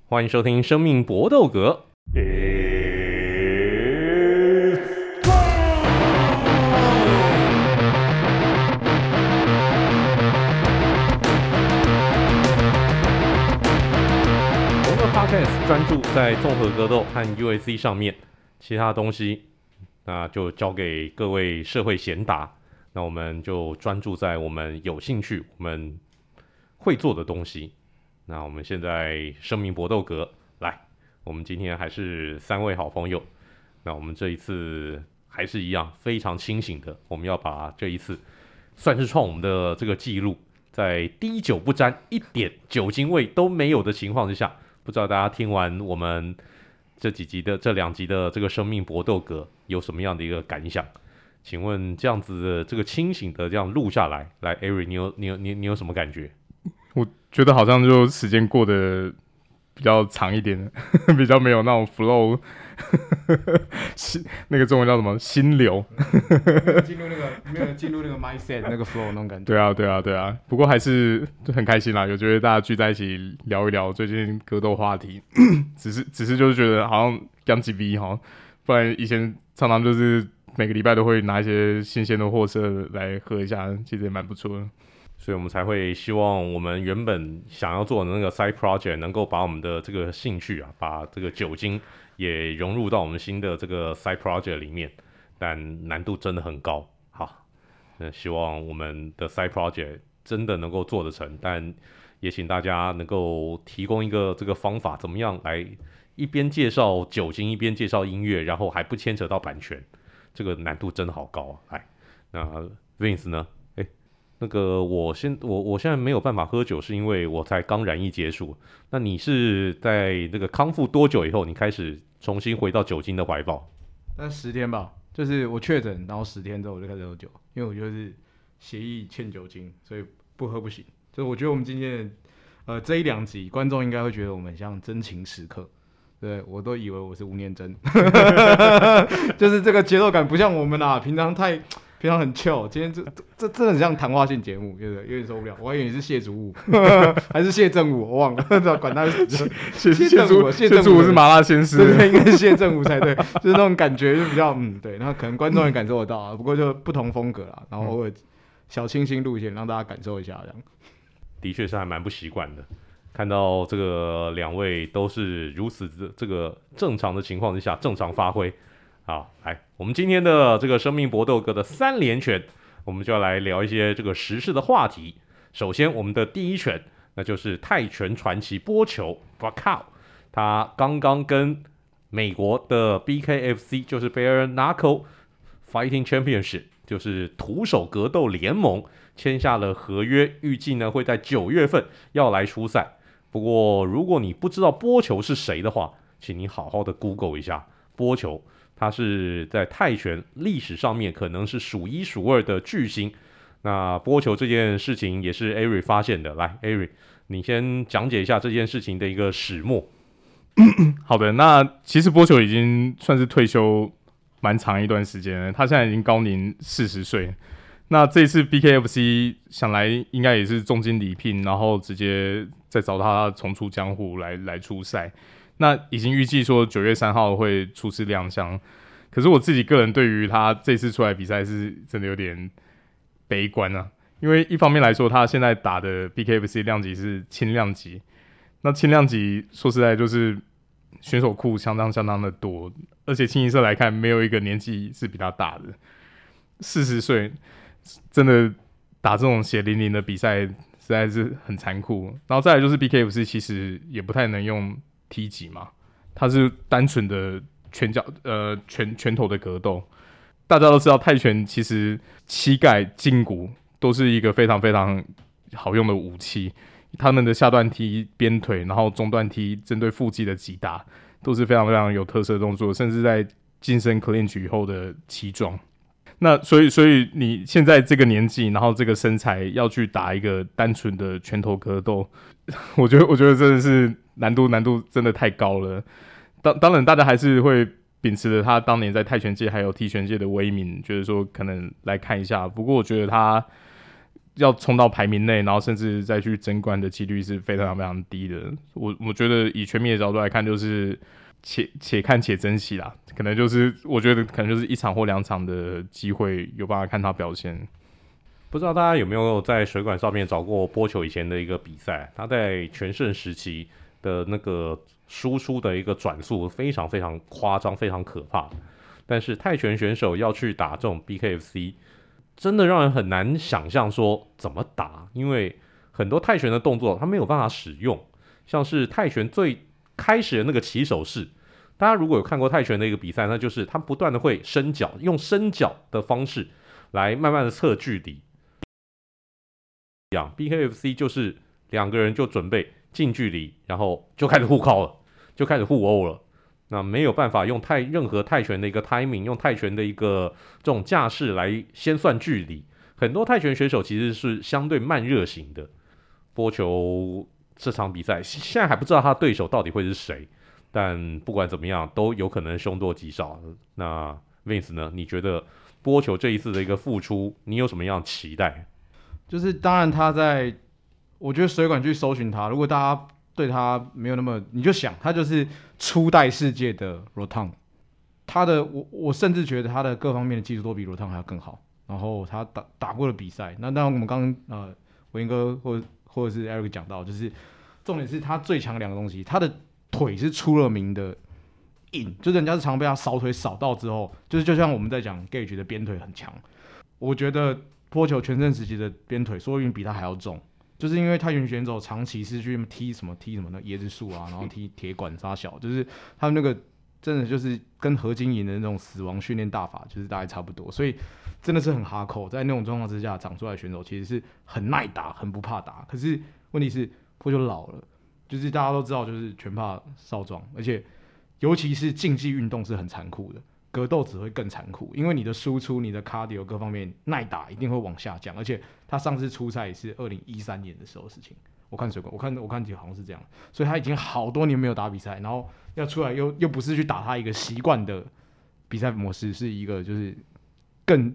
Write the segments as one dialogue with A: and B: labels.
A: 欢迎收听《生命搏斗格》。我们的 Podcast 专注在综合格斗和 UFC 上面，其他东西那就交给各位社会贤达。那我们就专注在我们有兴趣、我们会做的东西。那我们现在生命搏斗格来，我们今天还是3位好朋友。那我们这一次还是一样非常清醒的，我们要把这一次算是创我们的这个记录，在滴酒不沾、一点酒精味都没有的情况之下，不知道大家听完我们这2集的这个生命搏斗格有什么样的一个感想？请问这样子的这个清醒的这样录下来，来 Ari 你有什么感觉？
B: 我觉得好像就时间过得比较长一点比较没有那种 flow 那个中文叫什么心流
C: 没有进入那个 mindset 那个 flow 那种感觉。
B: 对啊，不过还是很开心啦，有觉得大家聚在一起聊一聊最近格斗话题只是就是觉得好像讲几笔哈，不然以前常常就是每个礼拜都会拿一些新鲜的货色来喝一下，其实也蛮不错的。
A: 所以我们才会希望我们原本想要做的那个 side project 能够把我们的这个兴趣啊，把这个酒精也融入到我们新的这个 side project 里面，但难度真的很高。好，希望我们的 side project 真的能够做得成，但也请大家能够提供一个这个方法，怎么样来一边介绍酒精，一边介绍音乐，然后还不牵扯到版权，这个难度真的好高啊！来，那 Vince 呢？那个我现在没有办法喝酒，是因为我才刚染疫结束。那你是在那个康复多久以后，你开始重新回到酒精的怀抱？
C: 大概10天吧，就是我确诊，然后10天之后我就开始喝酒，因为我就是协议欠酒精，所以不喝不行。所以我觉得我们今天的这1-2集，观众应该会觉得我们像真情时刻。对，我都以为我是吴念真，就是这个节奏感不像我们啦，平常很 chill， 今天这真的很像谈话性节目，有点受不了。我还以为你是谢祖武，还是谢振武，我忘了，管他是谢
B: 振武是麻辣鲜师，
C: 对，应该是谢振武才对，就是那种感觉就比较对，然后可能观众也感受得到啊，不过就不同风格啦，然后偶尔小清新路线让大家感受一下，这样
A: 的确是还蛮不习惯的。看到这个2位都是如此的这个正常的情况之下正常发挥。好，来，我们今天的这个生命搏斗格的3连拳，我们就要来聊一些这个时事的话题。首先，我们的第一拳，那就是泰拳传奇波球 Buakaw， 他刚刚跟美国的 BKFC， 就是 Bare Knuckle Fighting Championship， 就是徒手格斗联盟签下了合约，预计呢会在9月份要来出赛。不过，如果你不知道波球是谁的话，请你好好的 Google 一下波球。他是在泰拳历史上面可能是数1数2的巨星。那波球这件事情也是 Ari 发现的。来 ，Ari， 你先讲解一下这件事情的一个始末。
B: 好的，那其实波球已经算是退休蛮长一段时间了，他现在已经高龄40岁。那这一次 BKFC 想来应该也是重金礼聘，然后直接再找他重出江湖来出赛。那已经预计说9月3号会初次亮相，可是我自己个人对于他这次出来比赛是真的有点悲观啊，因为一方面来说，他现在打的 BKFC 量级是轻量级，那轻量级说实在就是选手库相当的多，而且清一色来看，没有一个年纪是比他大的，40岁真的打这种血淋淋的比赛实在是很残酷。然后再来就是 BKFC 其实也不太能用踢击嘛，它是单纯的拳头的格斗。大家都知道泰拳其实膝盖、胫骨都是一个非常非常好用的武器，他们的下段踢、鞭腿，然后中段踢针对腹肌的击打都是非常非常有特色的动作，甚至在晋升 clinch 以后的起撞。那所以你现在这个年纪，然后这个身材要去打一个单纯的拳头格斗，我觉得真的是难度真的太高了。当然大家还是会秉持着他当年在泰拳界还有踢拳界的威名，觉得说可能来看一下。不过我觉得他要冲到排名内，然后甚至再去争冠的几率是非常非常低的。我觉得以全迷的角度来看，就是且看且珍惜啦。可能就是我觉得可能就是1场或2场的机会有办法看他表现。
A: 不知道大家有没有在水管上面找过波球以前的一个比赛？他在全盛时期的那个输出的一个转速非常非常夸张，非常可怕。但是泰拳选手要去打这种 BKFC， 真的让人很难想象说怎么打，因为很多泰拳的动作他没有办法使用，像是泰拳最开始的那个起手式。大家如果有看过泰拳的一个比赛，那就是他不断的会伸脚，用伸脚的方式来慢慢的测距离。BKFC 就是2个人就准备近距离，然后就开始互靠了，就开始互殴了。那没有办法用任何泰拳的一个 timing， 用泰拳的一个这种架势来先算距离。很多泰拳选手其实是相对慢热型的。波球这场比赛现在还不知道他对手到底会是谁，但不管怎么样都有可能凶多吉少。那 Vince 呢？你觉得波球这一次的一个付出，你有什么样的期待？
C: 就是当然我觉得水管去搜寻他，如果大家对他没有那么，你就想他就是初代世界的 Rotan， 我甚至觉得他的各方面的技术都比 Rotan 还要更好。然后他打过的比赛，那当然我们刚刚文哥或者是 Eric 讲到，就是重点是他最强的2个东西，他的腿是出了名的硬，就人家是常被他扫腿扫到之后，就像我们在讲 Gage 的边腿很强，我觉得波球全盛时期的边腿说不定比他还要重，就是因为泰拳选手长期是去踢什么那椰子树啊，然后踢铁管杀小，就是他们那个真的就是跟何金莹的那种死亡训练大法就是大概差不多，所以真的是很哈扣，在那种状况之下长出来的选手其实是很耐打，很不怕打。可是问题是波球老了，就是大家都知道，就是拳怕少壮，而且尤其是竞技运动是很残酷的。格斗只会更残酷，因为你的输出、你的 cardio 各方面耐打一定会往下降，而且他上次出赛是2013年的时候的事情。我看水管，我看好像是这样，所以他已经好多年没有打比赛，然后要出来又不是去打他一个习惯的比赛模式，是一个就是更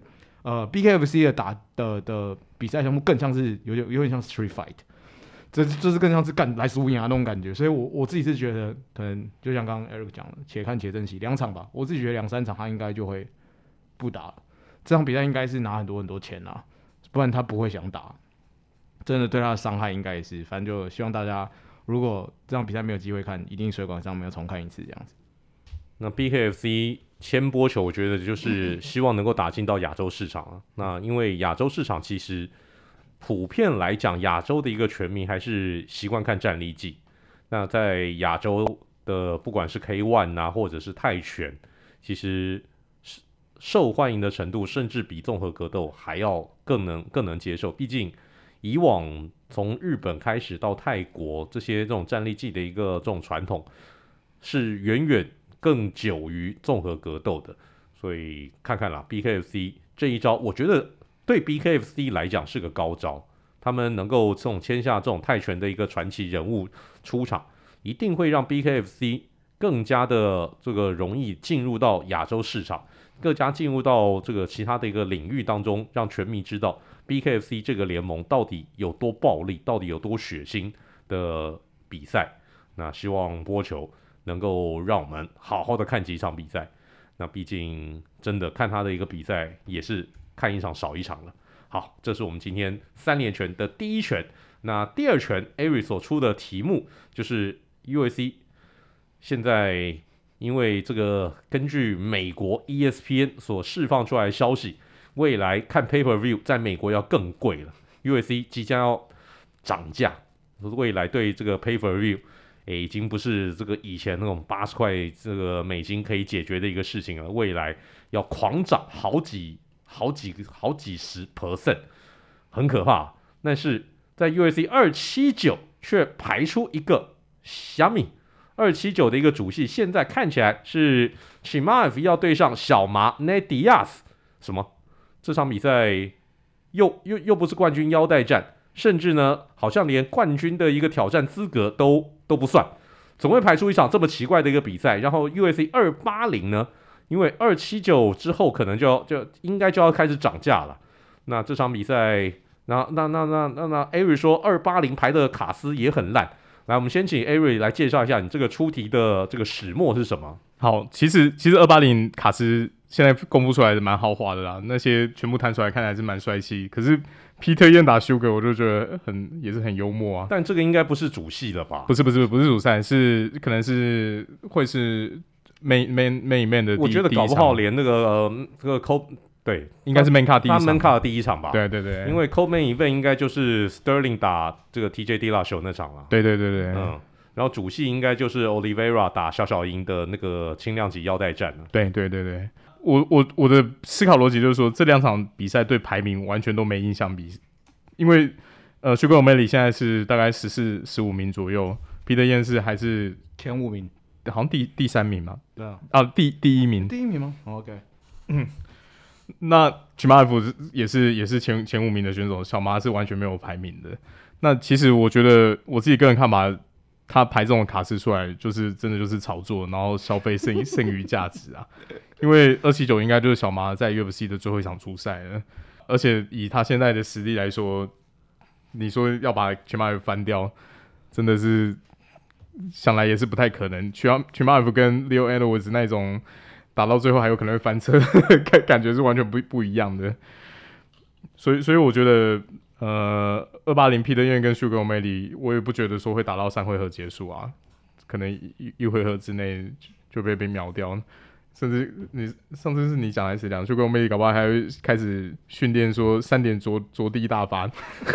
C: BKFC 的比赛项目更像是有点像 street fight。就是更像是干来输赢啊那种感觉，所以我自己是觉得，可能就像刚刚 Eric 讲的，且看且珍惜，2场吧，我自己觉得2-3场他应该就会不打了。这场比赛应该是拿很多钱啦，不然他不会想打。真的对他的伤害应该也是，反正就希望大家如果这场比赛没有机会看，一定水管上面要重看一次这样子。
A: 那 BKFC 签波球，我觉得就是希望能够打进到亚洲市场。那因为亚洲市场其实普遍来讲，亚洲的一个拳迷还是习惯看战力技。那在亚洲的不管是 K1 啊，或者是泰拳，其实受欢迎的程度，甚至比综合格斗还要更能接受。毕竟以往从日本开始到泰国，这些这种战力技的一个这种传统，是远远更久于综合格斗的。所以看看啦 ，BKFC 这一招，我觉得对 BKFC 来讲是个高招，他们能够这种签下这种泰拳的一个传奇人物出场，一定会让 BKFC 更加的这个容易进入到亚洲市场，更加进入到这个其他的一个领域当中，让全民知道 BKFC 这个联盟到底有多暴力，到底有多血腥的比赛。那希望波球能够让我们好好的看几场比赛。那毕竟真的看他的一个比赛也是看一场少一场了。好，这是我们今天3连拳的第一拳。那第二拳 Eric 所出的题目就是 UFC 现在因为这个根据美国 ESPN 所释放出来的消息，未来看 Pay-Per-View 在美国要更贵了， UFC 即将要涨价，未来对这个 Pay-Per-View已经不是这个以前那种80块这个美金可以解决的一个事情了，未来要狂涨好几十 %，很可怕。但是在 UFC 279却排出一个虾米279的一个主戏，现在看起来是 Chimaev 要对上小麻 Nate Diaz， 什么？这场比赛又不是冠军腰带战，甚至呢，好像连冠军的一个挑战资格都不算，总会排出一场这么奇怪的一个比赛。然后 UFC 280呢，因为279之后可能就应该就要开始涨价了。那这场比赛那 Avery 说280排的卡斯也很烂。来，我们先请 Avery 来介绍一下你这个出题的这个始末是什么？
B: 好，其实280卡斯现在公布出来的蛮豪华的啦，那些全部弹出来看起来是蛮帅气。可是 Peter Yan 打 Sugar 我就觉得也是很幽默啊。
A: 但这个应该不是主系的吧？
B: 不是主赛，是可能是会是 main event 的第一场。
A: 我觉得搞不好连那个这个 对，
B: 应该是 main card 第一场，
A: 他 main card 的第一场吧？
B: 对，
A: 因为 Cold main event 应该就是 Sterling 打这个 TJ Dillashaw 那场了。
B: 对，
A: 然后主系应该就是 Oliveira 打小小鹰的那个轻量级腰带战了。
B: 对，我的思考逻辑就是说，这2场比赛对排名完全都没影响因为Sugar O'Malley 现在是大概14、15名左右，Peter Yan 是还是
C: 前5名，
B: 好像第3名嘛？
C: 对啊，
B: 第1名，
C: 第1名吗？OK，
B: 那 Chimaev 也是前5名的选手，小马是完全没有排名的。那其实我觉得我自己个人看法，他排这种卡司出来，就是真的就是炒作，然后消费剩余价值啊。因为279应该就是小马在 UFC 的最后一场出赛了，而且以他现在的实力来说，你说要把 Chimaev 翻掉，真的是想来也是不太可能。Chimaev 跟 Leo Edwards 那种打到最后还有可能会翻车，感觉是完全不一样的。所以我觉得280 Peter Yan 跟 Sugar O'Malley 我也不觉得说会打到3回合结束啊，可能一回合之内就被秒掉。甚至你上次是你讲还是谁讲？Sugar O'Malley 搞不好还会开始训练说3点着地大法，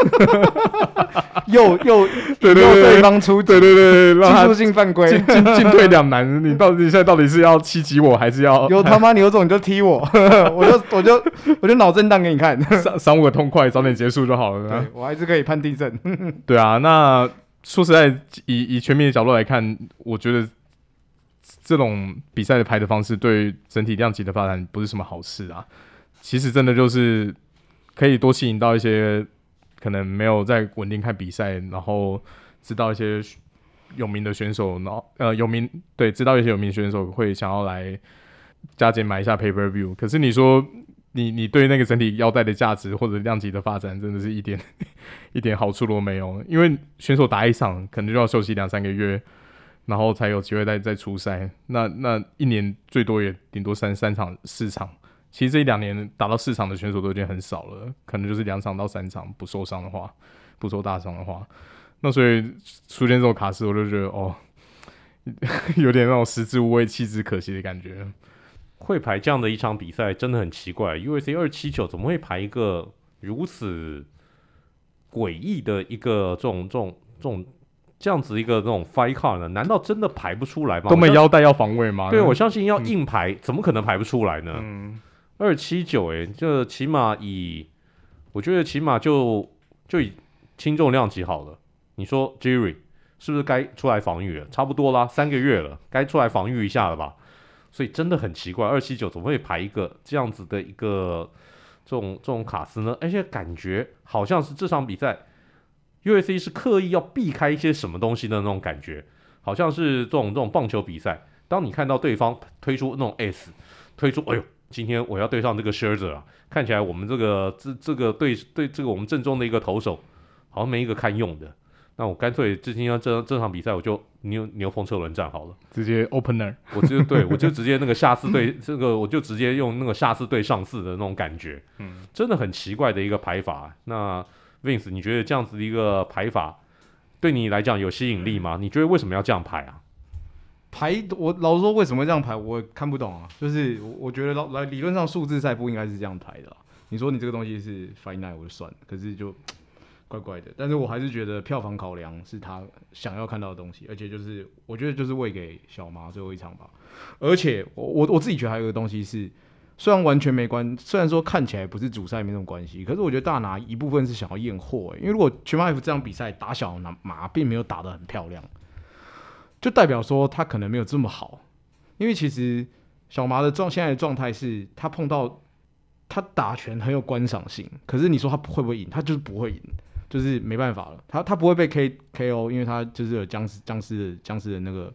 C: 又对方出
B: 对，让他
C: 技术性犯规，
B: 进退两难。你现在到底是要7击我，还是要
C: 有他妈你有种你就踢我，我就脑震荡给你看，
B: 赏我个痛快，早点结束就好了。
C: 对，我还是可以判定胜。
B: 对啊，那说实在，以全民的角度来看，我觉得这种比赛的排的方式对整体量级的发展不是什么好事啊。其实真的就是可以多吸引到一些可能没有在稳定看比赛，然后知道一些有名的选手，然后知道一些有名的选手会想要来加减买一下 pay per view。可是你说你对那个整体腰带的价值或者量级的发展，真的是一点好处都没有。因为选手打一场可能就要休息2-3个月。然后才有机会再出赛，那1年最多也顶多3场4场，其实这1-2年打到4场的选手都已经很少了，可能就是2场到3场不受伤的话，不受大伤的话，那所以出现这种卡司，我就觉得有点那种食之无味弃之可惜的感觉。
A: 会排这样的一场比赛真的很奇怪 ，UFC 279怎么会排一个如此诡异的一个这样子一个那种 fight card 呢？难道真的排不出来吗？
B: 都没腰带要防卫吗？
A: 对，我相信要硬排，怎么可能排不出来呢？279这起码我觉得起码就以轻重量级好了。你说 Jerry 是不是该出来防御了？差不多啦，3个月了，该出来防御一下了吧？所以真的很奇怪，279怎么会排一个这样子的一个这种卡司呢？而且感觉好像是这场比赛。UFC 是刻意要避开一些什么东西的那种感觉，好像是这种棒球比赛，当你看到对方推出那种 S， 推出哎呦，今天我要对上这个 Scherzer 啊，看起来我们这个对这个我们正中的一个投手好像没一个堪用的，那我干脆今天这场比赛我就牛棚车轮战好了，
B: 直接 opener，
A: 我就直接那个下4对这个我就直接用那个下4对上4的那种感觉，真的很奇怪的一个排法。那Vince， 你觉得这样子的一个排法对你来讲有吸引力吗？你觉得为什么要这样排啊？
C: 我老实说，为什么会这样排，我看不懂啊。就是我觉得理论上数字赛不应该是这样排的啦。你说你这个东西是 Fight Night 我就算了，可是就怪怪的。但是我还是觉得票房考量是他想要看到的东西，而且就是我觉得就是喂给小麻最后一场吧。而且我自己觉得还有一个东西是。虽然完全没关，虽然说看起来不是主赛没什么关系，可是我觉得大拿一部分是想要验货，因为如果Chimaev这场比赛打小马并没有打得很漂亮，就代表说他可能没有这么好。因为其实小麻的现在的状态是，他碰到他打拳很有观赏性，可是你说他会不会赢？他就是不会赢，就是没办法了。他不会被 KO， 因为他就是有僵尸的那个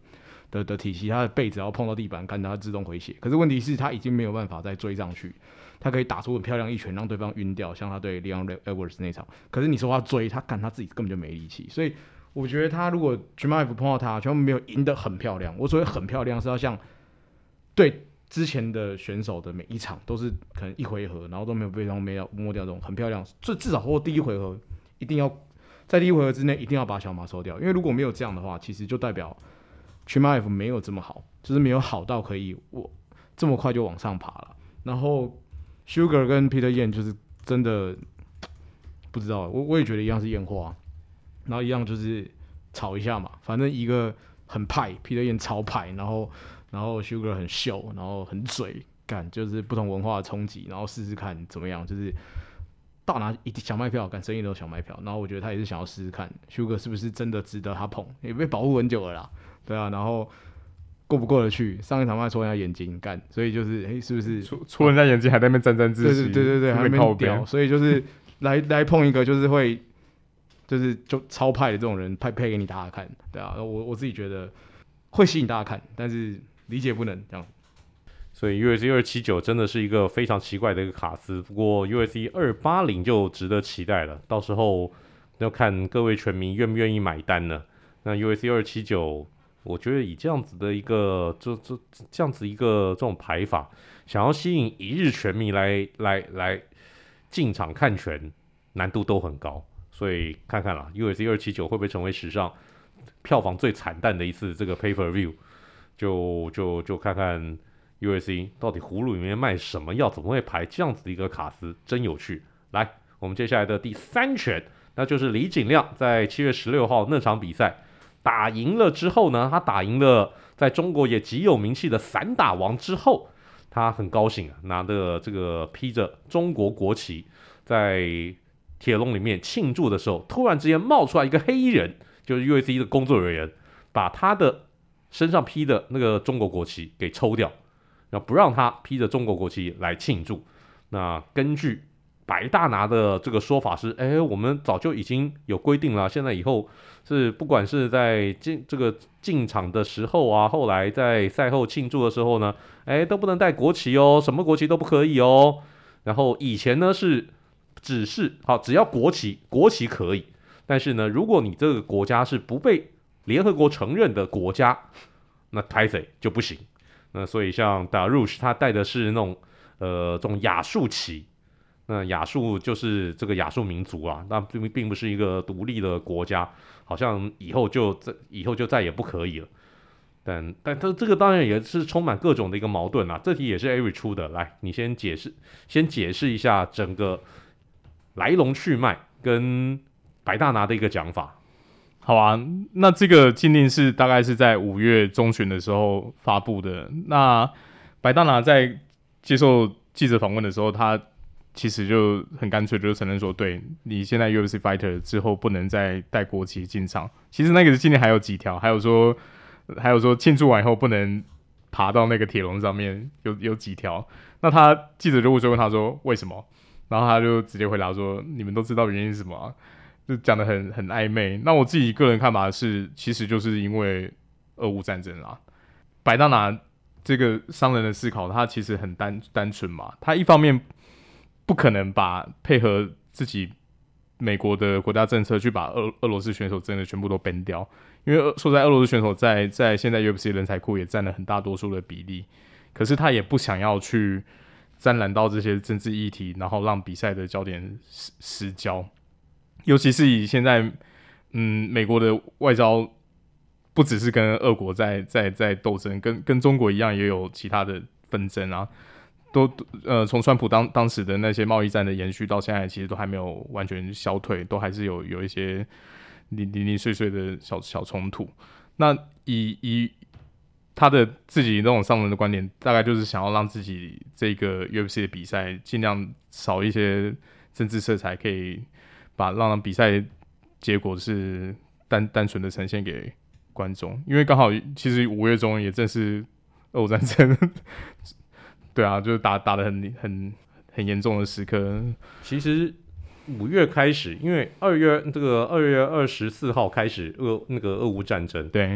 C: 的体系，他的背只要碰到地板，干他自动回血。可是问题是，他已经没有办法再追上去，他可以打出很漂亮一拳，让对方晕掉，像他对 Leon Edwards 那场。可是你说他追，他自己根本就没力气，所以我觉得他如果 Chimaev 碰到他，全部没有赢得很漂亮。我所谓很漂亮是要像对之前的选手的每一场都是可能一回合，然后都没有被对方摸掉这种很漂亮。至少或第一回合一定要在第一回合之内一定要把小马收掉，因为如果没有这样的话，其实就代表 Chimaev 没有这么好，就是没有好到可以我这么快就往上爬了。然后 Sugar 跟 Peter Yan 就是真的不知道，我也觉得一样是验货，然后一样就是吵一下嘛，反正一个很派 Peter Yan 超派，然后 Sugar 很秀，然后很嘴干，就是不同文化的冲击，然后试试看怎么样，就是大拿一小麦票，干生意都小麦票，然后我觉得他也是想要试试看 Sugar 是不是真的值得他捧，也被保护很久了啦，对啊，然后过不过得去，上一场还戳人家眼睛干，所以就是是不是
B: 戳人家眼睛还在那边沾沾自喜，
C: 对，还没屌，所以就是来碰一个就是会就超派的这种人配给你大家看，对啊，我自己觉得会吸引大家看，但是理解不能这样。
A: 所以 UFC 279真的是一个非常奇怪的一个卡司，不过 UFC 280就值得期待了，到时候要看各位拳迷愿不愿意买单呢。那 UFC 279，我觉得以这样子的一个这样子一个这种排法，想要吸引一日拳迷来进场看拳，难度都很高，所以看看啦 ，UFC 279会不会成为史上票房最惨淡的一次这个 Pay Per View， 就看看。UFC 到底葫芦里面卖什么药？怎么会排这样子的一个卡司？真有趣。来，我们接下来的第3拳，那就是李景亮在7月16号那场比赛打赢了之后呢，他打赢了在中国也极有名气的散打王之后，他很高兴啊，拿着这个披着中国国旗在铁笼里面庆祝的时候，突然之间冒出来一个黑衣人，就是 UFC 的工作人员，把他的身上披的那个中国国旗给抽掉。然后不让他披着中国国旗来庆祝。那根据白大拿的这个说法是，我们早就已经有规定了，现在以后是不管是在这个进场的时候啊，后来在赛后庆祝的时候呢，都不能带国旗哦，什么国旗都不可以哦。然后以前呢是只要国旗可以，但是呢，如果你这个国家是不被联合国承认的国家，那拍谁就不行。那所以像 Darush 他带的是那种这种亚述旗，那亚述就是这个亚述民族啊，那并不是一个独立的国家，好像以后就再也不可以了。但这个当然也是充满各种的一个矛盾啊。这题也是 Avery 出的，来你先解释一下整个来龙去脉跟白大拿的一个讲法。
B: 好啊，那这个禁令是大概是在5月中旬的时候发布的。那白大拿在接受记者访问的时候，他其实就很干脆，就承认说，对你现在 UFC Fighter 之后不能再带国旗进场。其实那个禁令还有几条，还有说庆祝完以后不能爬到那个铁笼上面，有几条。那记者就问他说为什么，然后他就直接回答说，你们都知道原因是什么啊？就讲得很暧昧。那我自己个人看法是，其实就是因为俄乌战争啦。白大拿这个商人的思考，他其实很单纯嘛。他一方面不可能配合自己美国的国家政策去把俄罗斯选手真的全部都 ban 掉，因为说实在俄罗斯选手在现在 UFC 人才库也占了很大多数的比例。可是他也不想要去沾染到这些政治议题，然后让比赛的焦点失焦。尤其是以现在，美国的外交不只是跟俄国在斗争，跟中国一样也有其他的纷争啊。从川普当时的那些贸易战的延续到现在，其实都还没有完全消退，都还是有一些零碎的小冲突。那以他的自己那种商人的观点，大概就是想要让自己这个 UFC 的比赛尽量少一些政治色彩，可以让比赛结果是单纯的呈现给观众，因为刚好其实5月中也正是俄乌战争，对啊，就是打得很严重的时刻。
A: 其实5月开始，因为2月24号开始那个俄乌战争，
B: 对，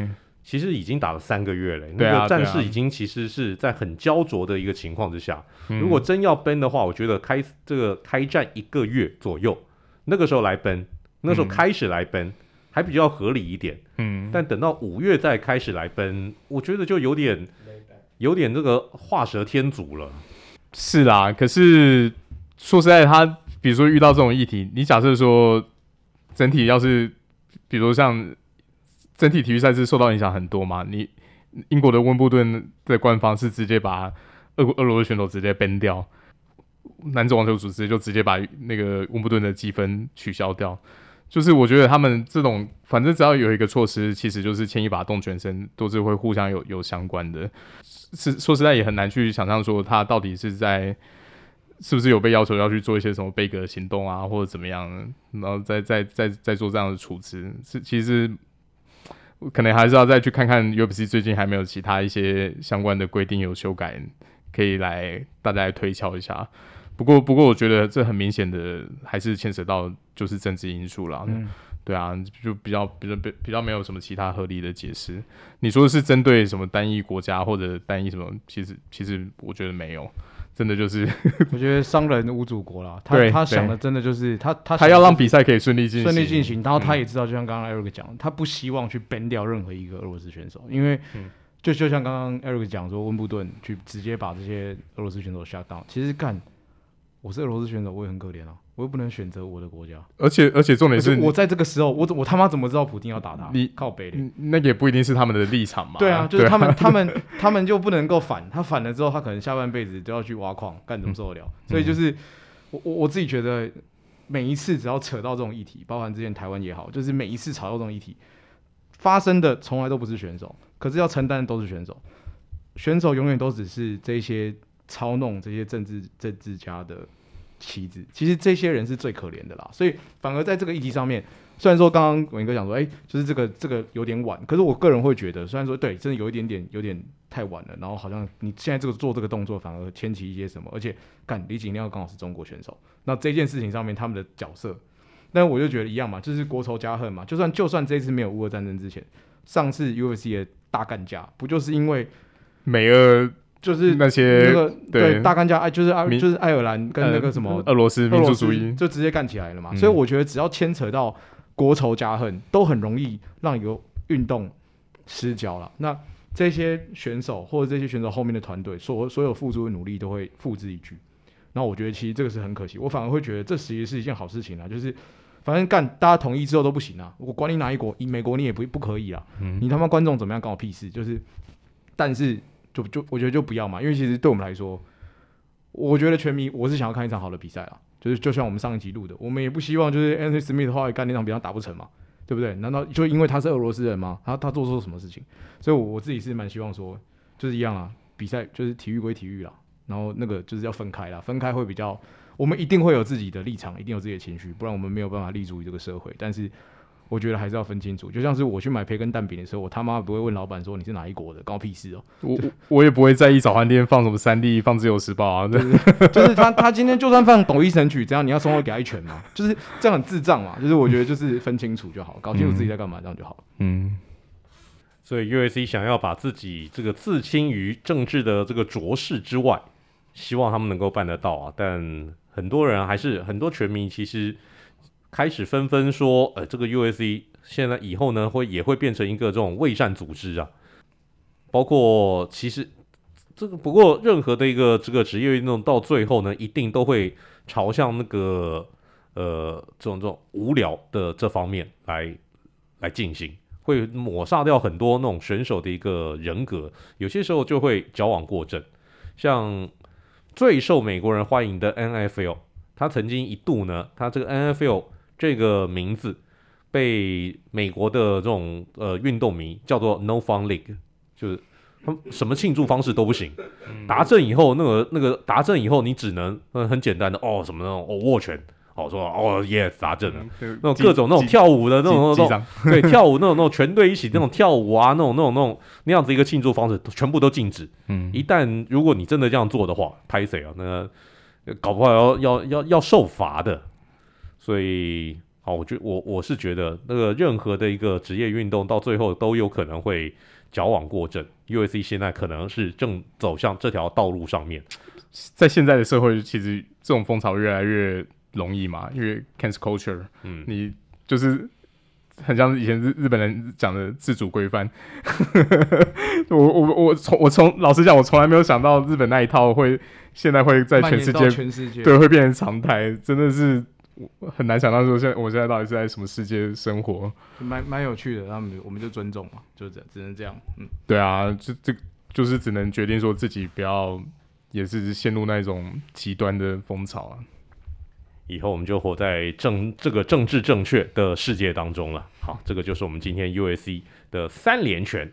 A: 其实已经打了3个月了，
B: 对啊，
A: 那个战事已经其实是在很焦灼的一个情况之下。如果真要奔的话，我觉得开战1个月左右，那个时候来奔，那时候开始来奔，还比较合理一点。但等到5月再开始来奔，我觉得就有点这个画蛇添足了。
B: 是啦，可是说实在，他比如说遇到这种议题，你假设说整体要是，比如说像整体体育赛事受到影响很多嘛，你英国的温布顿的官方是直接把俄罗斯选手直接 ban 掉，男子网球组织就直接把那个温布顿的积分取消掉。就是我觉得他们这种，反正只要有一个措施，其实就是牵一发动全身，都是会互相有相关的。是说实在也很难去想象说他到底是不是有被要求要去做一些什么杯葛行动啊，或者怎么样，然后再做这样的处置。其实可能还是要再去看看 UFC 最近还没有其他一些相关的规定有修改，可以来大家来推敲一下。不过我觉得这很明显的还是牵扯到就是政治因素啦。对啊，就比较没有什么其他合理的解释。你说是针对什么单一国家或者单一什么，其实我觉得没有，真的就是
C: 我觉得商人无祖国啦。他想的真的就是他
B: 要让比赛可以顺利进
C: 行，然后他也知道，就像刚刚 Eric 讲，他不希望去 ban 掉任何一个俄罗斯选手，因为就像刚刚 Eric 讲说，温布顿去直接把这些俄罗斯选手 shut down， 其实我是俄罗斯选手，我也很可怜啊，我又不能选择我的国家，
B: 而且重点是，
C: 我在这个时候，我他妈怎么知道普丁要打他？你靠北的，
B: 那个也不一定是他们的立场嘛。
C: 对啊，就是他们就不能够反，他反了之后，他可能下半辈子都要去挖矿，干怎么受得了？所以就是我自己觉得，每一次只要扯到这种议题，包含之前台湾也好，就是每一次吵到这种议题发生的，从来都不是选手，可是要承担的都是选手，选手永远都只是这些操弄这些政治家的棋子，其实这些人是最可怜的啦。所以反而在这个议题上面，虽然说刚刚文哥讲说，就是这个有点晚，可是我个人会觉得，虽然说对，真的有点太晚了，然后好像你现在做这个动作，反而牵起一些什么，而且李景亮刚好是中国选手，那这件事情上面他们的角色，但我就觉得一样嘛，就是国仇家恨嘛。就算这一次没有乌俄战争之前，上次 UFC 的大干架，不就是因为
B: 美俄？就是那些
C: 那个对大干架，就是爱尔兰跟那个什么
B: 俄罗斯民族主义
C: 就直接干起来了嘛。所以我觉得只要牵扯到国仇家恨，都很容易让一个运动失焦了。那这些选手或者这些选手后面的团队，所有付出的努力都会付之一炬。然后我觉得其实这个是很可惜，我反而会觉得这其实是一件好事情啦，就是反正大家同意之后都不行啊，我管你哪一国，美国你也不可以啦，你他妈观众怎么样关我屁事，就是但是。就我觉得就不要嘛，因为其实对我们来说，我觉得拳迷我是想要看一场好的比赛啦，就像我们上一集录的，我们也不希望就是 Anthony Smith 后来干那场比赛打不成嘛，对不对？难道就因为他是俄罗斯人吗？他做错什么事情？所以我自己是蛮希望说，就是一样啊，比赛就是体育归体育啦，然后那个就是要分开啦，分开会比较，我们一定会有自己的立场，一定有自己的情绪，不然我们没有办法立足于这个社会，但是。我觉得还是要分清楚，就像是我去买培根蛋饼的时候，我他妈不会问老板说你是哪一国的，关我屁事哦。
B: 我也不会在意早餐店放什么3立放自由时报啊，
C: 就是他今天就算放抖音神曲，怎样你要送我给他一拳嘛，就是这样很智障嘛。就是我觉得就是分清楚就好，搞清楚自己在干嘛，这样就好了。
A: 所以 UFC 想要把自己这个自清于政治的这个浊世之外，希望他们能够办得到啊。但很多人还是很多拳迷其实。开始纷纷说，这个 UFC 现在以后呢也会变成一个这种伪善组织啊，包括其实这个不过任何的一个这个职业运动到最后呢，一定都会朝向那个这种无聊的这方面来进行，会抹杀掉很多那种选手的一个人格，有些时候就会矫枉过正，像最受美国人欢迎的 NFL， 他曾经一度呢，他这个 NFL。这个名字被美国的这种运动迷叫做 No Fun League， 就是他们什么庆祝方式都不行。达阵以后，那个达阵以后，你只能很简单的什么那种握拳，说yes 达阵了，那种各种那种跳舞的那种对跳舞那种全队一起那种跳舞啊，那样子一个庆祝方式全部都禁止。一旦如果你真的这样做的话，拍谁啊？那搞不好要受罚的。所以好，我是觉得那个任何的一个职业运动到最后都有可能会矫枉过正。UFC 现在可能是正走向这条道路上面。
B: 在现在的社会，其实这种风潮越来越容易嘛，因为 cancel culture，你就是很像以前日本人讲的自主规范。我从老实讲，我从来没有想到日本那一套现在会在全世界对会变成常态，真的是很难想到说我现在到底是在什么世界生活，
C: 蛮有趣的。我们就尊重嘛，就只能这样。
B: 对啊，就是只能决定说自己不要也是陷入那种极端的风潮啊。
A: 以后我们就活在这个政治正确的世界当中了。好，这个就是我们今天 UFC 的3连拳。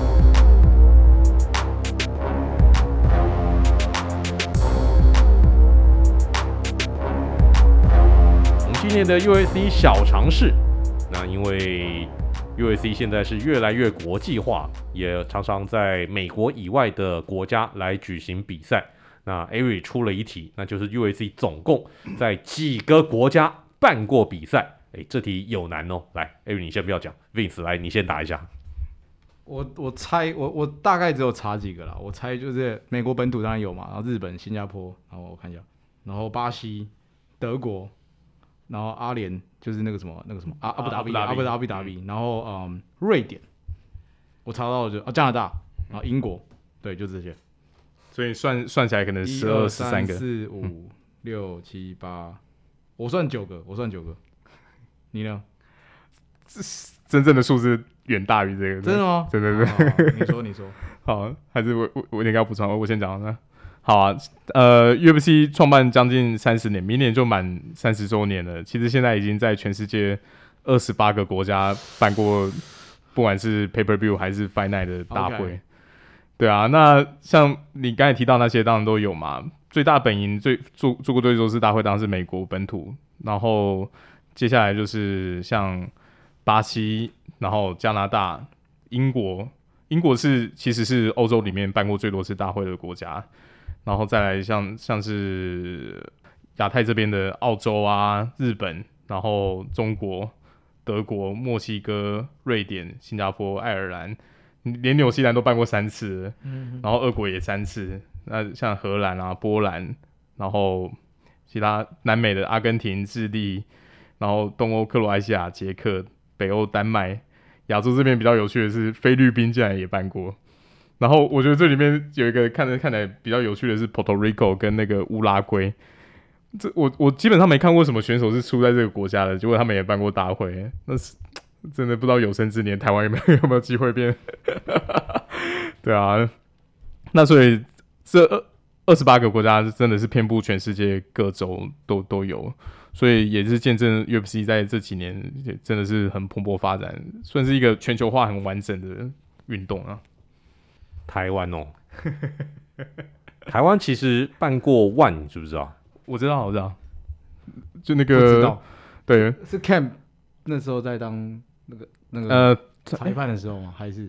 A: 我们今天的 UFC 小常识，那因为 UFC 现在是越来越国际化，也常常在美国以外的国家来举行比赛。那 Avery 出了一题，那就是 UFC 总共在几个国家办过比赛？这题有难哦。来 ，Avery 你先不要讲 ，Vince 来你先答一下。
C: 我猜我大概只有查几个啦，我猜就是美国本土当然有嘛，然后日本、新加坡，然后我看一下，然后巴西、德国，然后阿联就是那个什么阿布达比，然后瑞典，我查到就加拿大，然后英国，对，就这些。
B: 所以算起来可能12、13个。
C: 4、5、6、7、8，我算9个，你呢？
B: 真正的数字远大于这个。
C: 真的吗？
B: 真的。
C: 你说。
B: 好，还是我应该要补充，我先讲呢。好啊，UFC 创办将近30年，明年就满30周年了。其实现在已经在全世界28个国家办过，不管是 Pay-Per-View 还是 Fight Night 的大会。对啊，那像你刚才提到那些当然都有嘛。最大本营做过对手式大会当然是美国本土，然后接下来就是像巴西，然后加拿大、英国其实是欧洲里面办过最多次大会的国家，然后再来像是亚太这边的澳洲啊、日本，然后中国、德国、墨西哥、瑞典、新加坡、爱尔兰。连纽西兰都办过3次了，然后俄国也3次，那像荷兰啊、波兰，然后其他南美的阿根廷、智利，然后东欧克罗埃西亚、捷克，北欧丹麦，亚洲这边比较有趣的是菲律宾竟然也办过，然后我觉得这里面有一个看起来比较有趣的是 Puerto Rico 跟那个乌拉圭，这我基本上没看过什么选手是出在这个国家的，结果他们也办过大会，那是。真的不知道有生之年台湾有没有机会变对啊，那所以这28个国家真的是遍布全世界各州都有，所以也是见证 UFC 在这几年也真的是很蓬勃发展，算是一个全球化很完整的运动啊。
A: 台湾哦台湾其实办过ONE，你知不知道？
B: 我知道就那个
C: 不知道，
B: 对，
C: 是 Camp 那时候在当那个裁判的时候吗？还是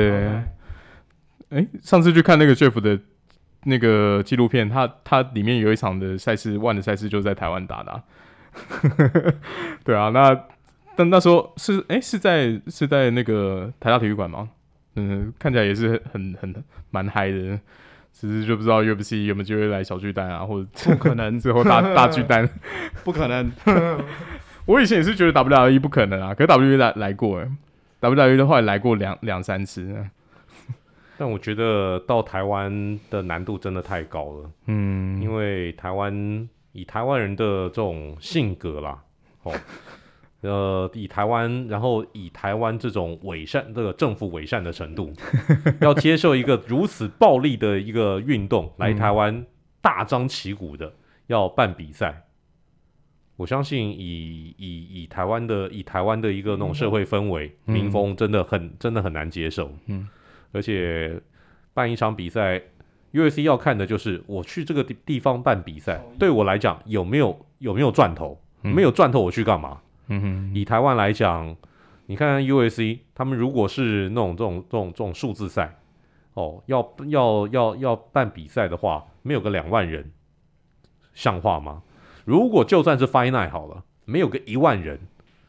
B: 对，上次去看那个 Jeff 的那个纪录片，他里面有一场的赛事，ONE的赛事就是在台湾打的对啊，但那时候是在那个台大体育馆吗？看起来也是蛮嗨的，只是就不知道 UFC 有没有机会来小巨蛋啊，或者
C: 不可能
B: 之后大巨蛋，
C: 不可能。
B: 我以前也是觉得 WWE 不可能啊，可是 WWE 来过WWE 的话来过两三次，
A: 但我觉得到台湾的难度真的太高了，因为以台湾人的这种性格啦，以台湾这种伪善，这个政府伪善的程度，要接受一个如此暴力的一个运动来台湾大张旗鼓的要办比赛。我相信以台湾的一个那种社会氛围、民风，真的很难接受。而且办一场比赛 ，UFC 要看的就是我去这个地方办比赛，对我来讲有没有赚头？没有赚头，我去干嘛？以台湾来讲，你看看 UFC， 他们如果是那种这种数字赛，要办比赛的话，没有个2万人，像话吗？如果就算是 Fight Night 好了，没有个1万人，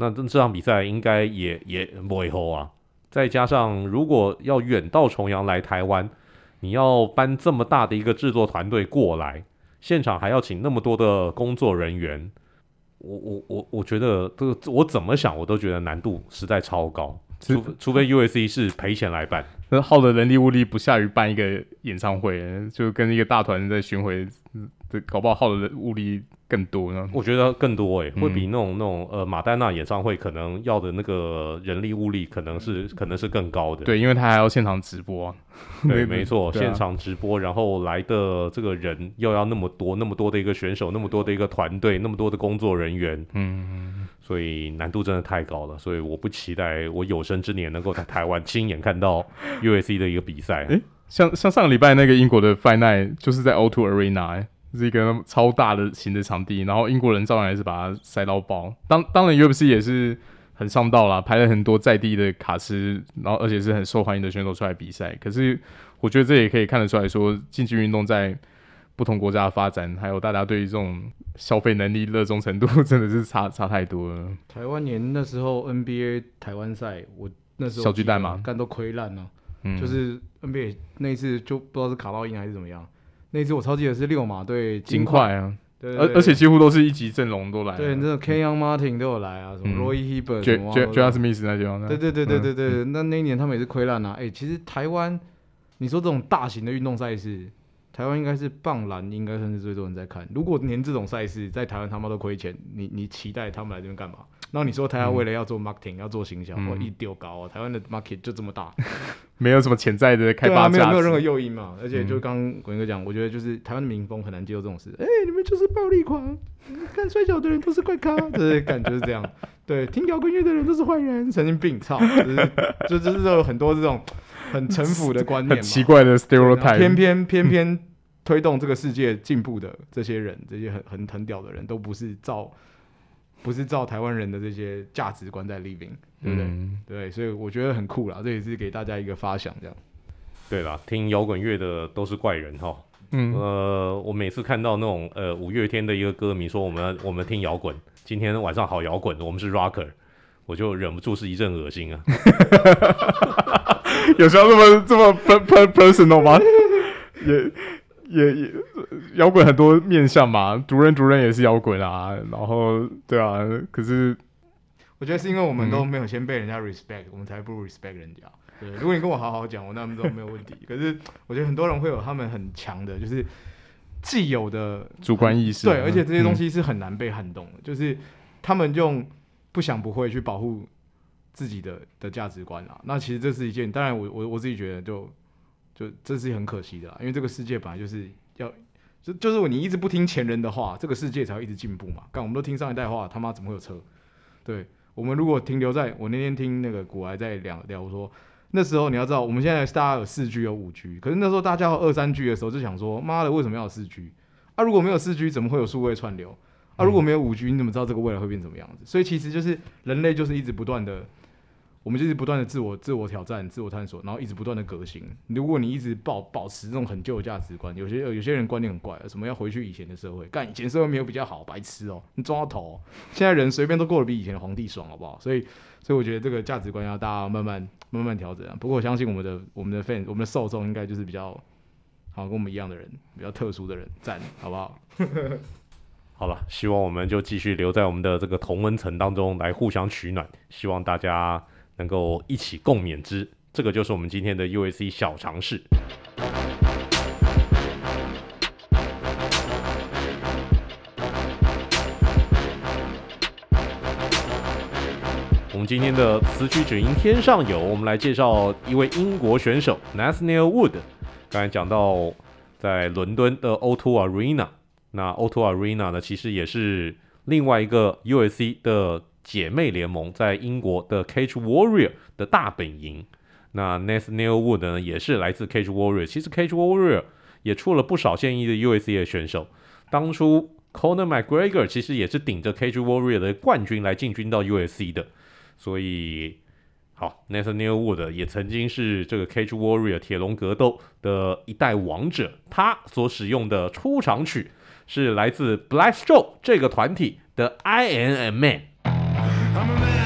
A: 那这场比赛应该也不会后啊。再加上如果要远到重洋来台湾，你要搬这么大的一个制作团队过来，现场还要请那么多的工作人员，我觉得这个我怎么想我都觉得难度实在超高，除非 USC 是赔钱来办，
B: 耗的人力物力不下于办一个演唱会，就跟一个大团在巡回，搞不好耗的物力更多呢。
A: 我觉得更多会比那种马丹娜演唱会可能要的那个人力物力可能是更高的。
B: 对，因为他还要现场直播啊。
A: 对，没错，现场直播，然后来的这个人又要那么多的一个选手，那么多的一个团队，那么多的工作人员，所以难度真的太高了。所以我不期待我有生之年能够在台湾亲眼看到 USC 的一个比赛。
B: 像上个礼拜那个英国的 Fight Night 就是在 O2 Arena，是一个超大的型的场地，然后英国人照样还是把它塞到爆。当然 UFC 也是很上道啦，排了很多在地的卡司，然后而且是很受欢迎的选手出来比赛。可是我觉得这也可以看得出来说，竞技运动在不同国家的发展，还有大家对于这种消费能力热衷程度，真的是差太多了。
C: 台湾年那时候 NBA 台湾赛，我那时候
B: 小巨蛋嘛，
C: 干都亏烂了。就是 NBA 那一次就不知道是卡到音还是怎么样。那一次我超记得是六马对
B: 金块啊，
C: 对，
B: 而且几乎都是一级阵容都来了。
C: 对，那种 Kenyon Martin 都有来啊，什么 Roy Hibbert、J.R.
B: Smith 那些。
C: 对，那一年他们也是亏烂啊。其实台湾，你说这种大型的运动赛事，台湾应该是棒篮，应该算是最多人在看。如果连这种赛事在台湾他妈都亏钱，你期待他们来这边干嘛？然后你说台湾为了要做 marketing，要做行销，一丢高啊！台湾的 market 就这么大，
B: 没有什么潜在的开发价值，
C: 没有任何诱因嘛。而且就刚刚滚哥讲，我觉得就是台湾的民风很难接受这种事。你们就是暴力狂，看摔跤的人都是怪咖，就是感觉是这样。对，听摇滚乐的人都是坏人，神经病，操！就是有很多这种很臣服的观念嘛，
B: 很奇怪的 stereotype，
C: 偏偏推动这个世界进步的这些人，这些很屌的人，都不是照台湾人的这些价值观在 living， 对不对？对，所以我觉得很酷啦，这也是给大家一个发想，这样。
A: 对啦，听摇滚乐的都是怪人哈。我每次看到那种五月天的一个歌迷说我们听摇滚，今天晚上好摇滚，我们是 rocker， 我就忍不住是一阵恶心啊。
B: 有需要这么 personal 吗？也摇滚很多面向嘛，主任也是摇滚啊，然后对啊，可是
C: 我觉得是因为我们都没有先被人家 respect，我们才不如 respect 人家。对，如果你跟我好好讲，我那么都没有问题。可是我觉得很多人会有他们很强的，就是既有的
B: 主观意识，
C: 对，而且这些东西是很难被撼动的，就是他们用不想不会去保护自己的价值观啊。那其实这是一件，当然我自己觉得就这是很可惜的啦，因为这个世界本来就是就是你一直不听前人的话，这个世界才会一直进步嘛。我们都听上一代话，他妈怎么会有车？对，我们如果停留在我那天听那个古来在聊，我说那时候你要知道，我们现在大家有4G 有5G， 可是那时候大家有2、3G 的时候就想说，妈的为什么要有4G？啊，如果没有4G， 怎么会有数位串流？啊，如果没有5G， 你怎么知道这个未来会变怎么样子？所以其实就是人类就是一直不断的。我们就是不断的自我挑战、自我探索，然后一直不断的革新。如果你一直保持这种很旧的价值观，有些人观念很怪，什么要回去以前的社会，干以前社会没有比较好，白痴哦，你撞到头。现在人随便都过得比以前的皇帝爽，好不好？所以我觉得这个价值观要大家慢慢调整啊。不过我相信我们的 fans， 我们的受众应该就是比较好跟我们一样的人，比较特殊的人，赞，好不好？
A: 好了，希望我们就继续留在我们的这个同温层当中来互相取暖，希望大家能够一起共勉之，这个就是我们今天的 USC 小常识。我们今天的词曲只应天上有，我们来介绍一位英国选手 Nathaniel Wood。刚才讲到在伦敦的 O2 Arena， 那 O2 Arena 呢，其实也是另外一个 USC 的姐妹联盟，在英国的 Cage Warrior 的大本营。那 Nathaniel Wood 呢，也是来自 Cage Warrior。其实 Cage Warrior 也出了不少现役的 USC 的选手。当初 Conor McGregor 其实也是顶着 Cage Warrior 的冠军来进军到 USC 的。所以，好 ，Nathaniel Wood 也曾经是这个 Cage Warrior 铁笼格斗的一代王者。他所使用的出场曲是来自 Black Stroke 这个团体的 I Am a Man。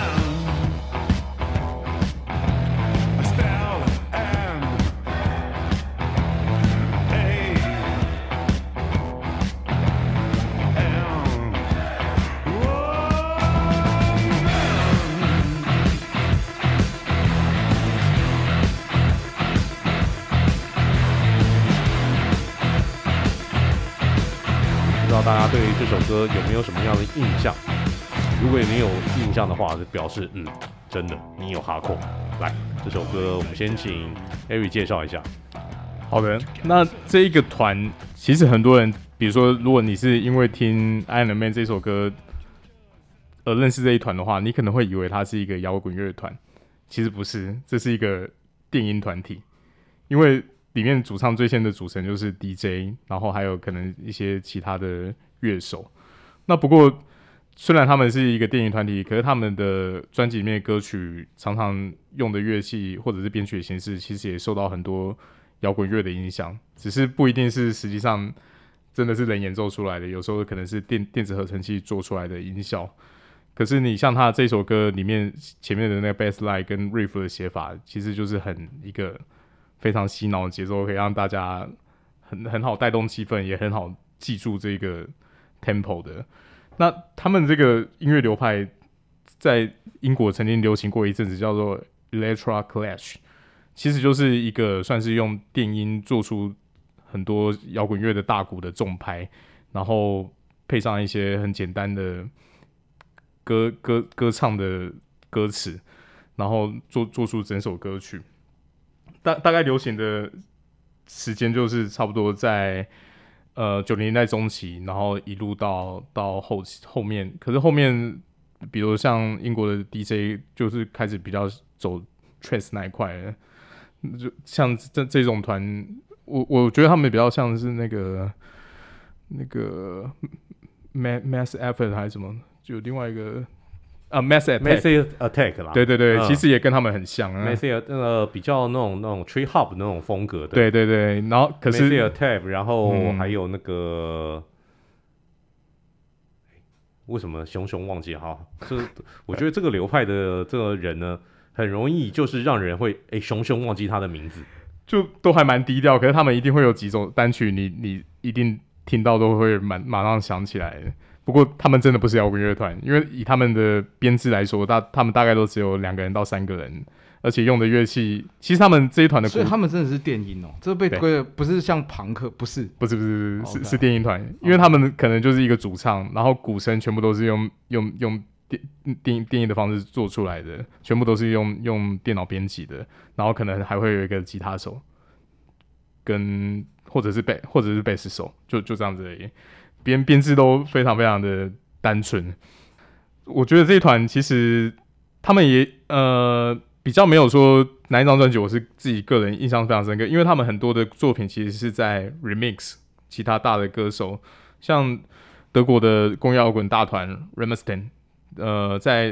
A: 道大家对这首歌有没有什么样的印象？如果你有印象的话，就表示真的你有哈扣。来，这首歌我们先请 Ari 介绍一下。
B: 好的，那这一个团其实很多人，比如说如果你是因为听 Iron Man 这首歌而认识这一团的话，你可能会以为它是一个摇滚乐团，其实不是，这是一个电音团体，因为里面主唱最先的组成就是 DJ， 然后还有可能一些其他的乐手。那不过虽然他们是一个电音团体，可是他们的专辑里面的歌曲常常用的乐器或者是编曲的形式，其实也受到很多摇滚乐的影响，只是不一定是实际上真的是人演奏出来的，有时候可能是电子合成器做出来的音效。可是你像他这首歌里面前面的那个 bass line 跟 riff 的写法，其实就是一个非常洗脑的节奏，可以让大家很好带动气氛，也很好记住这个 tempo 的。那他们这个音乐流派在英国曾经流行过一阵子，叫做 Electra Clash， 其实就是一个算是用电音做出很多摇滚乐的大鼓的重拍，然后配上一些很简单的歌唱的歌词，然后做出整首歌曲。大概流行的时间就是差不多在90年代中期，然后一路到后面，可是后面比如像英国的 DJ 就是开始比较走 Trance 那一块了，就像这种团，我觉得他们比较像是那个 Mass Effort 还是什么，就有另外一个Mass
A: Attack 啦，
B: 对对对，其实也跟他们很像啊。
A: Mass 比较那种 Tree Hop 那种风格的，
B: 对对对，然后可是
A: Mass Attack， 然后还有那个为什么熊忘记哈？我觉得这个流派的这个人呢，很容易就是让人会熊忘记他的名字，
B: 就都还蛮低调，可是他们一定会有几首单曲你一定听到都会马上想起来的。不过他们真的不是摇滚乐团，因为以他们的编制来说，他们大概都只有2个人到3个人，而且用的乐器，其实他们这一团的，
C: 所以他们真的是电音哦，这被归的不是像朋克，不是，
B: 是电音团，因为他们可能就是一个主唱，然后鼓声全部都是用电音的方式做出来的，全部都是用电脑编辑的，然后可能还会有一个吉他手，或者是贝斯手，就这样子而已。编制都非常非常的单纯，我觉得这一团其实他们也比较没有说哪一张专辑我是自己个人印象非常深刻，因为他们很多的作品其实是在 remix 其他大的歌手，像德国的工业摇滚大团 Rammstein， 在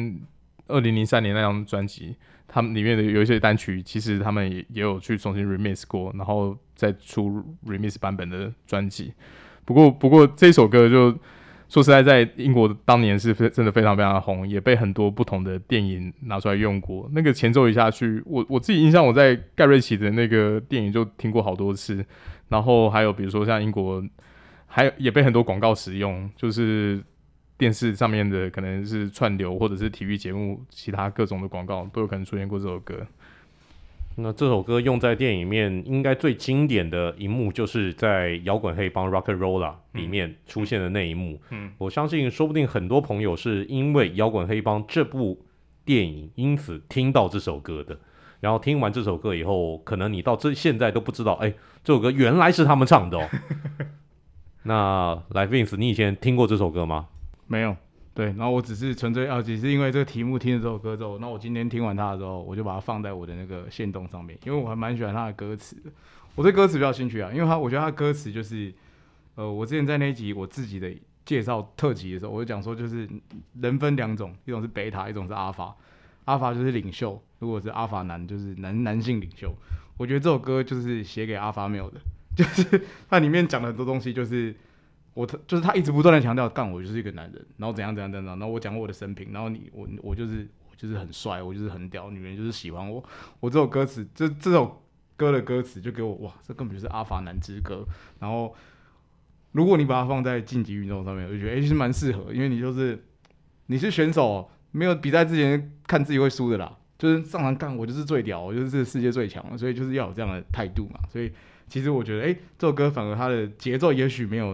B: 2003年那张专辑，他们里面的有一些单曲，其实他们也有去重新 remix 过，然后再出 remix 版本的专辑。不过这首歌就说实在，在英国当年是真的非常非常的红，也被很多不同的电影拿出来用过。那个前奏一下去，我自己印象，我在盖瑞奇的那个电影就听过好多次。然后还有比如说像英国，也被很多广告使用，就是电视上面的可能是串流或者是体育节目，其他各种的广告都有可能出现过这首歌。
A: 那这首歌用在电影里面，应该最经典的一幕就是在摇滚黑帮 Rock'n'Rolla 里面出现的那一幕。我相信说不定很多朋友是因为摇滚黑帮这部电影，因此听到这首歌的。然后听完这首歌以后，可能你到现在都不知道，这首歌原来是他们唱的哦。那来 Vince， 你以前听过这首歌吗？
C: 没有。对，然后我只是纯粹只是因为这个题目听了这首歌之后，那我今天听完它的时候，我就把它放在我的那个限动上面，因为我还蛮喜欢它的歌词的。我对歌词比较有兴趣啊，因为我觉得它的歌词就是，我之前在那一集我自己的介绍特辑的时候，我就讲说，就是人分2种，一种是贝塔，一种是阿法。阿法就是领袖，如果是阿法男，就是男性领袖。我觉得这首歌就是写给阿法没有的，就是它里面讲了很多东西，就是就是他一直不断的强调，干我就是一个男人，然后怎样，然后我讲我的生平，然后我就是很帅，我就是很屌，女人就是喜欢我。我这首歌词，这首歌的歌词就给我哇，这根本就是阿法男之歌。然后如果你把它放在竞技运动上面，我就觉得其实蛮适合，因为你是选手，没有比赛之前看自己会输的啦，就是上场干我就是最屌，我就是这个世界最强了，所以就是要有这样的态度嘛。所以其实我觉得这首歌反而它的节奏也许没有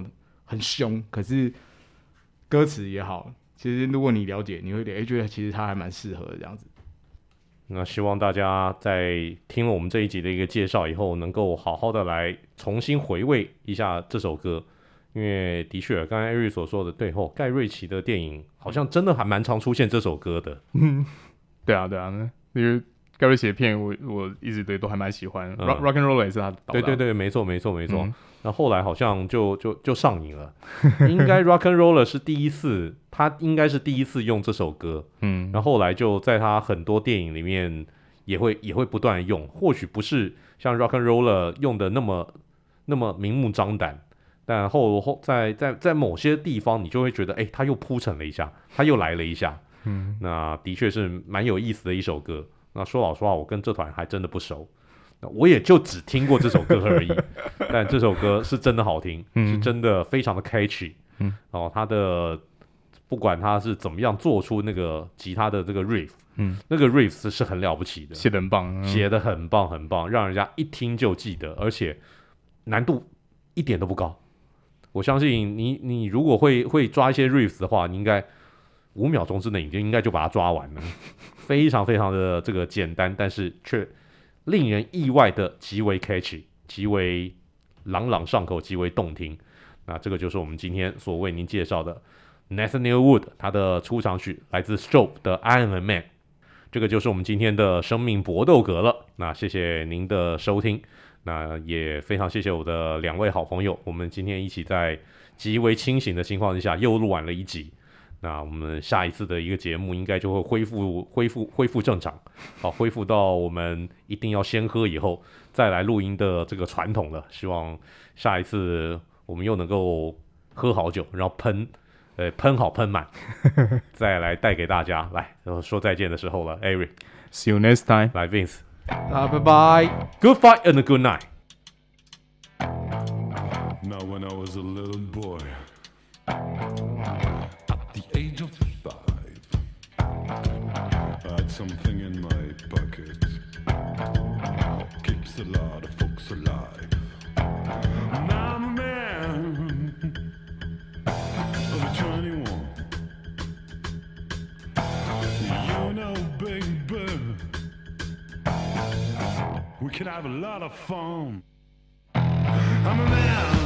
C: 很凶，可是歌词也好，其实如果你了解，你会觉得其实他还蛮适合的这样子。
A: 那希望大家在听了我们这一集的一个介绍以后，能够好好的来重新回味一下这首歌，因为的确，刚才艾瑞所说的，对后盖瑞奇的电影好像真的还蛮常出现这首歌的。
B: 对啊，因为盖瑞奇的片我一直都还蛮喜欢，Rock and Roll 也是他导的。
A: 对，没错。那后来好像就上瘾了，应该 Rock and Roller 是第一次，他应该是第一次用这首歌，然后后来就在他很多电影里面也会不断的用，或许不是像 Rock and Roller 用的那么明目张胆，但在某些地方你就会觉得，他又铺陈了一下，他又来了一下，那的确是蛮有意思的一首歌。那说老实话，我跟这团还真的不熟。我也就只听过这首歌而已，但这首歌是真的好听，是真的非常的 catchy。他的不管他是怎么样做出那个吉他的这个 riff，那个 riff 是很了不起的，
B: 写得很棒，
A: 写得很棒很棒，让人家一听就记得，而且难度一点都不高。我相信你如果会抓一些 riff 的话，你应该5秒钟之内应该就把它抓完了，非常非常的这个简单，但是却令人意外的极为 catchy， 极为朗朗上口，极为动听。那这个就是我们今天所为您介绍的 Nathaniel Wood 他的出场曲，来自 Strobe 的 I Am a Man。这个就是我们今天的生命搏斗格了。那谢谢您的收听，那也非常谢谢我的2位好朋友，我们今天一起在极为清醒的情况之下又录完了一集。那我们下一次的一个节目应该就会恢复正常，恢复到我们一定要先喝以后再来录音的这个传统了。希望下一次我们又能够喝好酒，然后喷好喷满，再来带给大家。来，说再见的时候了 ，Eric，See
B: you next time。
A: 来 Vince，
C: 拜拜
A: ，Good fight and a good night。
D: Now when I was a little boy, at the age of 5, I had something in my pocket, keeps a lot of folks alive. Now I'm a man of 21. You know, baby, we can have a lot of fun. I'm a man.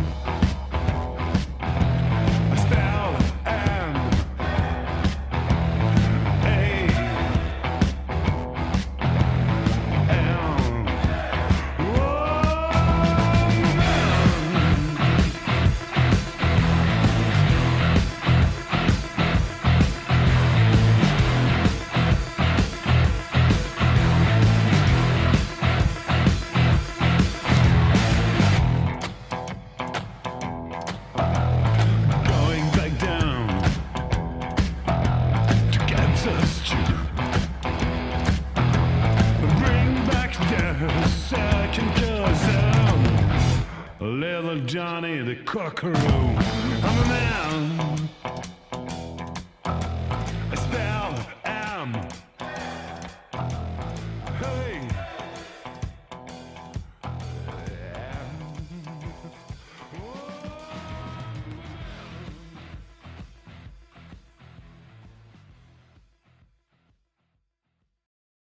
D: Johnny the Cockaroo. I'm a man. I spell am. Hey.